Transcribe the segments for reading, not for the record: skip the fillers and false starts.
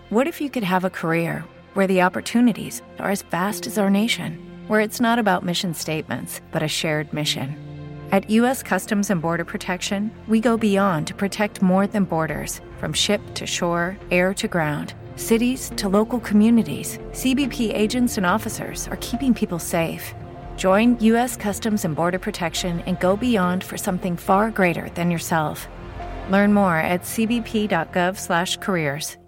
What if you could have a career where the opportunities are as vast as our nation, where it's not about mission statements, but a shared mission? At U.S. Customs and Border Protection, we go beyond to protect more than borders. From ship to shore, air to ground, cities to local communities, CBP agents and officers are keeping people safe. Join U.S. Customs and Border Protection and go beyond for something far greater than yourself. Learn more at cbp.gov/careers.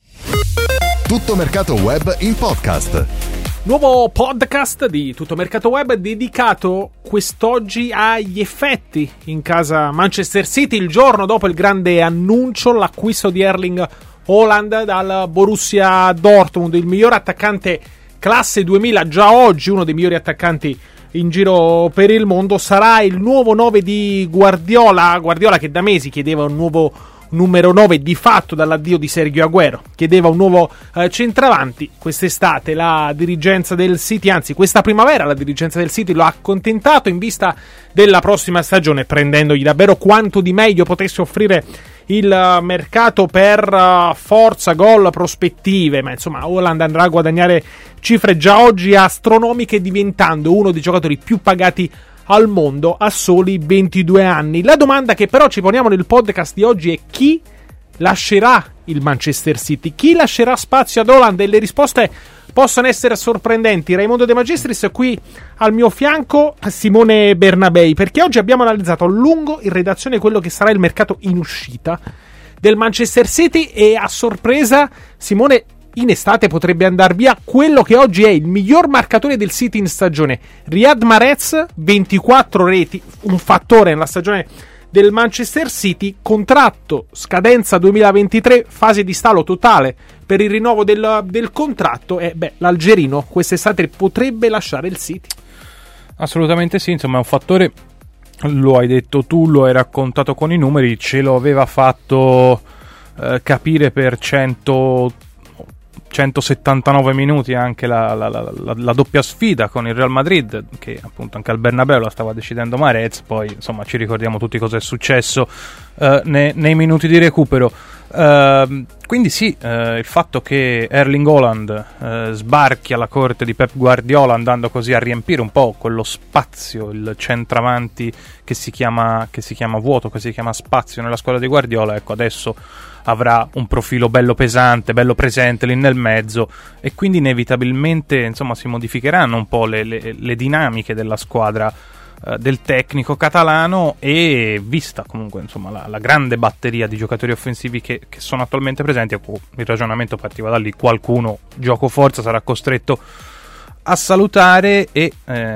Tutto Mercato Web in podcast. Nuovo podcast di Tutto Mercato Web dedicato quest'oggi agli effetti in casa Manchester City il giorno dopo il grande annuncio, l'acquisto di Erling Haaland dal Borussia Dortmund, il miglior attaccante classe 2000, già oggi uno dei migliori attaccanti in giro per il mondo. Sarà il nuovo 9 di Guardiola che da mesi chiedeva un nuovo numero 9, di fatto dall'addio di Sergio Aguero chiedeva un nuovo centravanti. Quest'estate la dirigenza del City, anzi questa primavera la dirigenza del City lo ha accontentato in vista della prossima stagione, prendendogli davvero quanto di meglio potesse offrire il mercato per forza, gol, prospettive. Ma insomma Haaland andrà a guadagnare cifre già oggi astronomiche, diventando uno dei giocatori più pagati al mondo a soli 22 anni. La domanda che però ci poniamo nel podcast di oggi è: chi lascerà il Manchester City? Chi lascerà spazio ad Haaland? E le risposte possono essere sorprendenti. Raimondo De Magistris qui al mio fianco, Simone Bernabei, perché oggi abbiamo analizzato a lungo in redazione quello che sarà il mercato in uscita del Manchester City, e a sorpresa, Simone, in estate potrebbe andar via quello che oggi è il miglior marcatore del City in stagione, Riyad Mahrez, 24 reti, un fattore nella stagione del Manchester City, contratto, scadenza 2023, fase di stallo totale per il rinnovo del contratto, e l'algerino quest'estate potrebbe lasciare il City. Assolutamente sì, insomma è un fattore, lo hai detto tu, lo hai raccontato con i numeri, ce lo aveva fatto capire per 179 minuti anche la doppia sfida con il Real Madrid, che appunto anche al Bernabeu la stava decidendo Mahrez. Poi insomma ci ricordiamo tutti cosa è successo nei minuti di recupero. Quindi sì, il fatto che Erling Haaland sbarchi alla corte di Pep Guardiola, andando così a riempire un po' quello spazio, il centravanti che si chiama vuoto, che si chiama spazio nella squadra di Guardiola, ecco, adesso avrà un profilo bello pesante, bello presente lì nel mezzo, e quindi inevitabilmente insomma si modificheranno un po' le dinamiche della squadra del tecnico catalano, e vista comunque insomma la grande batteria di giocatori offensivi che sono attualmente presenti, il ragionamento partiva da lì: qualcuno gioco forza sarà costretto a salutare, e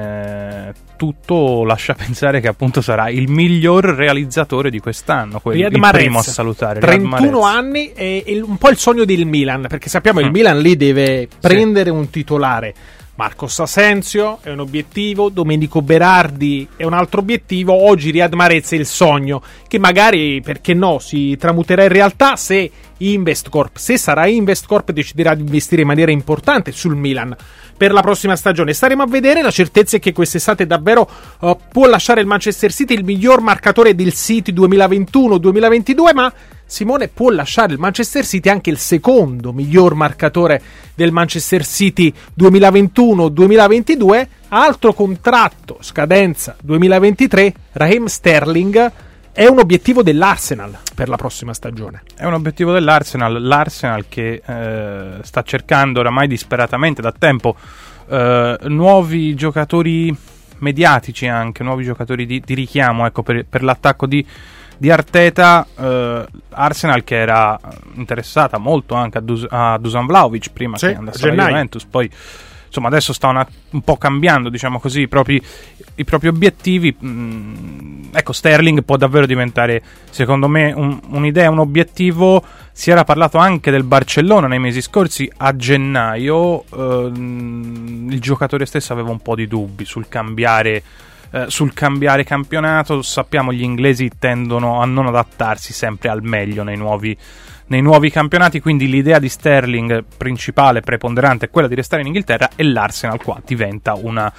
tutto lascia pensare che appunto sarà il miglior realizzatore di quest'anno, il primo a salutare. 31 anni, e un po' il sogno del Milan, perché sappiamo il Milan lì deve prendere un titolare. Marcos Asensio è un obiettivo, Domenico Berardi è un altro obiettivo, oggi Riyad Mahrez è il sogno, che magari, perché no, si tramuterà in realtà se sarà Investcorp deciderà di investire in maniera importante sul Milan per la prossima stagione. Staremo a vedere. La certezza è che quest'estate davvero può lasciare il Manchester City il miglior marcatore del City 2021-2022, ma Simone, può lasciare il Manchester City anche il secondo miglior marcatore del Manchester City 2021-2022, altro contratto, scadenza 2023, Raheem Sterling. È un obiettivo dell'Arsenal per la prossima stagione. È un obiettivo dell'Arsenal, l'Arsenal che sta cercando oramai disperatamente da tempo nuovi giocatori mediatici, anche nuovi giocatori di richiamo, ecco, per l'attacco di Arteta. Arsenal che era interessata molto anche a Dusan Vlahovic prima che andasse alla Juventus, poi insomma adesso sta un po' cambiando, diciamo così, i propri obiettivi. Ecco, Sterling può davvero diventare, secondo me, un'idea, un obiettivo. Si era parlato anche del Barcellona nei mesi scorsi. A gennaio il giocatore stesso aveva un po' di dubbi sul cambiare campionato. Sappiamo gli inglesi tendono a non adattarsi sempre al meglio nei nuovi campionati, quindi l'idea di Sterling principale, preponderante, è quella di restare in Inghilterra, e l'Arsenal qua diventa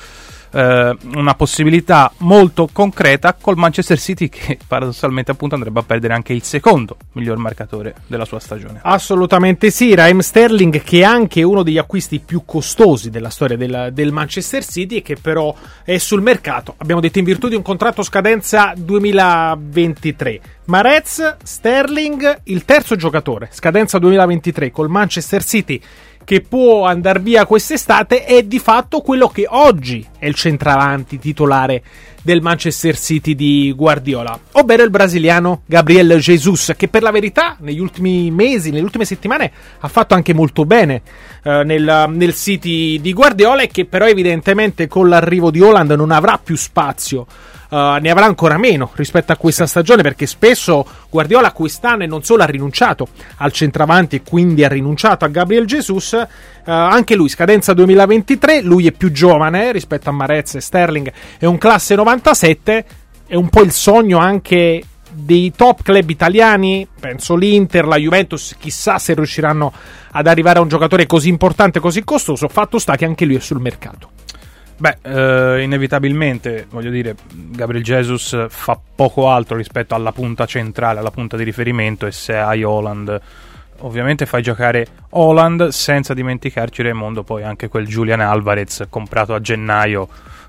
una possibilità molto concreta col Manchester City, che paradossalmente appunto andrebbe a perdere anche il secondo miglior marcatore della sua stagione. Assolutamente sì, Raheem Sterling, che è anche uno degli acquisti più costosi della storia del Manchester City e che però è sul mercato, abbiamo detto, in virtù di un contratto scadenza 2023. Mahrez, Sterling, il terzo giocatore, scadenza 2023 col Manchester City, che può andare via quest'estate, è di fatto quello che oggi è il centravanti titolare del Manchester City di Guardiola, ovvero il brasiliano Gabriel Jesus, che per la verità negli ultimi mesi, nelle ultime settimane ha fatto anche molto bene nel City di Guardiola, e che però evidentemente con l'arrivo di Haaland non avrà più spazio. Ne avrà ancora meno rispetto a questa stagione, perché spesso Guardiola quest'anno non solo ha rinunciato al centravanti e quindi ha rinunciato a Gabriel Jesus, anche lui scadenza 2023, lui è più giovane rispetto a Mahrez e Sterling, è un classe 97, è un po' il sogno anche dei top club italiani, penso l'Inter, la Juventus, chissà se riusciranno ad arrivare a un giocatore così importante, così costoso. Fatto sta che anche lui è sul mercato. Beh, inevitabilmente, voglio dire, Gabriel Jesus fa poco altro rispetto alla punta centrale, alla punta di riferimento, e se hai Haaland, ovviamente fai giocare Haaland, senza dimenticarci, Raimondo, poi anche quel Julian Alvarez comprato a gennaio,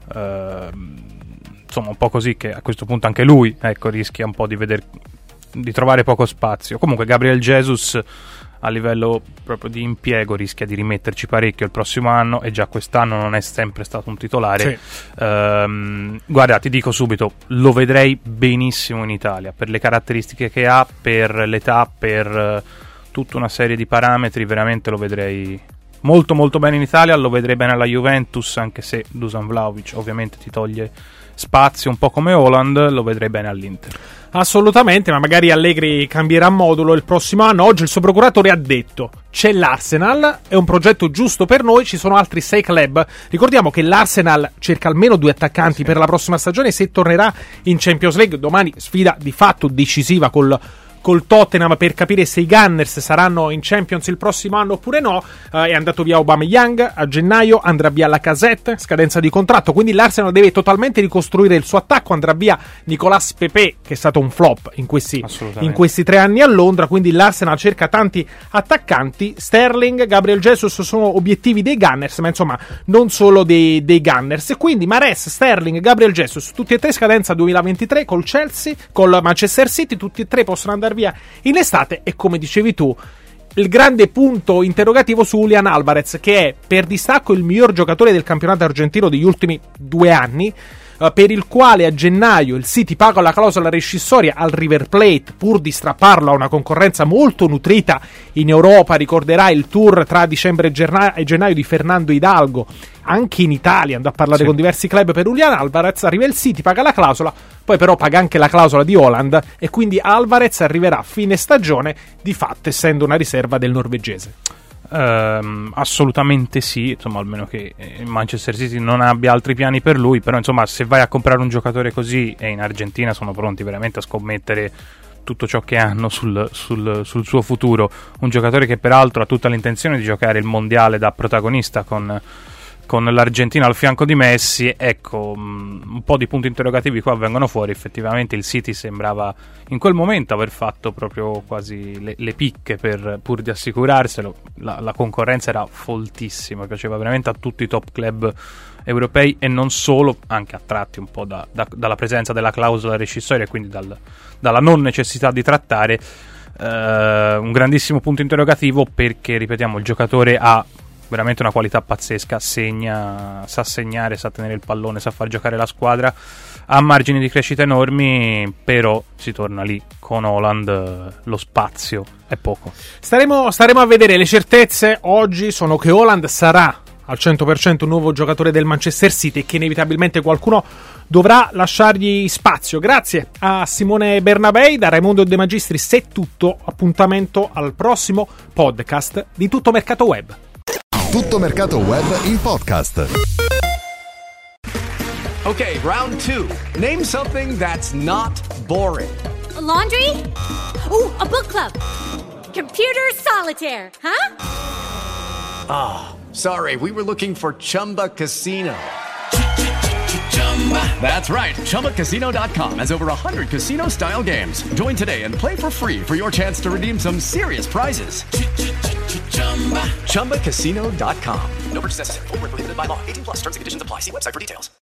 insomma un po' così, che a questo punto anche lui, ecco, rischia un po' di trovare poco spazio. Comunque Gabriel Jesus a livello proprio di impiego rischia di rimetterci parecchio il prossimo anno, e già quest'anno non è sempre stato un titolare. Sì. Guarda, ti dico subito, lo vedrei benissimo in Italia per le caratteristiche che ha, per l'età, per tutta una serie di parametri. Veramente lo vedrei molto molto bene in Italia. Lo vedrei bene alla Juventus, anche se Dusan Vlahovic ovviamente ti toglie spazio un po' come Haaland. Lo vedrei bene all'Inter. Assolutamente, ma magari Allegri cambierà modulo il prossimo anno. Oggi il suo procuratore ha detto: c'è l'Arsenal, è un progetto giusto per noi, ci sono altri 6 club. Ricordiamo che l'Arsenal cerca almeno 2 attaccanti per la prossima stagione, se tornerà in Champions League. Domani sfida di fatto decisiva col Tottenham per capire se i Gunners saranno in Champions il prossimo anno oppure no. È andato via Aubameyang a gennaio, andrà via Lacazette, scadenza di contratto, quindi l'Arsenal deve totalmente ricostruire il suo attacco. Andrà via Nicolas Pepe, che è stato un flop in questi 3 anni a Londra, quindi l'Arsenal cerca tanti attaccanti. Sterling, Gabriel Jesus sono obiettivi dei Gunners, ma insomma non solo dei Gunners. Quindi Mahrez, Sterling, Gabriel Jesus, tutti e 3 scadenza 2023 col Chelsea, col Manchester City, tutti e 3 possono andare via in estate. E come dicevi tu, il grande punto interrogativo su Julian Alvarez, che è per distacco il miglior giocatore del campionato argentino degli ultimi 2 anni, per il quale a gennaio il City paga la clausola rescissoria al River Plate pur di strapparlo a una concorrenza molto nutrita in Europa. Ricorderà il tour tra dicembre e gennaio di Fernando Hidalgo, anche in Italia andò a parlare con diversi club per Julian Alvarez. Arriva il City, paga la clausola, poi però paga anche la clausola di Haaland, e quindi Alvarez arriverà a fine stagione di fatto essendo una riserva del norvegese. Assolutamente sì, insomma, almeno che Manchester City non abbia altri piani per lui. Però insomma, se vai a comprare un giocatore così, e in Argentina sono pronti veramente a scommettere tutto ciò che hanno sul suo futuro, un giocatore che peraltro ha tutta l'intenzione di giocare il mondiale da protagonista con l'Argentina al fianco di Messi, ecco, un po' di punti interrogativi qua vengono fuori. Effettivamente il City sembrava in quel momento aver fatto proprio quasi le picche pur di assicurarselo. La concorrenza era foltissima, piaceva veramente a tutti i top club europei, e non solo, anche a tratti un po' dalla presenza della clausola rescissoria, e quindi dalla non necessità di trattare. Un grandissimo punto interrogativo, perché ripetiamo, il giocatore ha veramente una qualità pazzesca, sa segnare, sa tenere il pallone, sa far giocare la squadra, ha margini di crescita enormi, però si torna lì con Haaland, lo spazio è poco. Staremo a vedere. Le certezze oggi sono che Haaland sarà al 100% un nuovo giocatore del Manchester City, e che inevitabilmente qualcuno dovrà lasciargli spazio. Grazie a Simone Bernabei, da Raimondo De Magistris è tutto. Appuntamento al prossimo podcast di Tutto Mercato Web. Tutto Mercato Web in podcast. Okay, round 2. Name something that's not boring. A laundry? Ooh, a book club. Computer solitaire, huh? Ah, sorry, we were looking for Chumba Casino. That's right. ChumbaCasino.com has over 100 casino-style games. Join today and play for free for your chance to redeem some serious prizes. ChumbaCasino.com. No purchase necessary. Void where prohibited by law. 18+ terms and conditions apply. See website for details.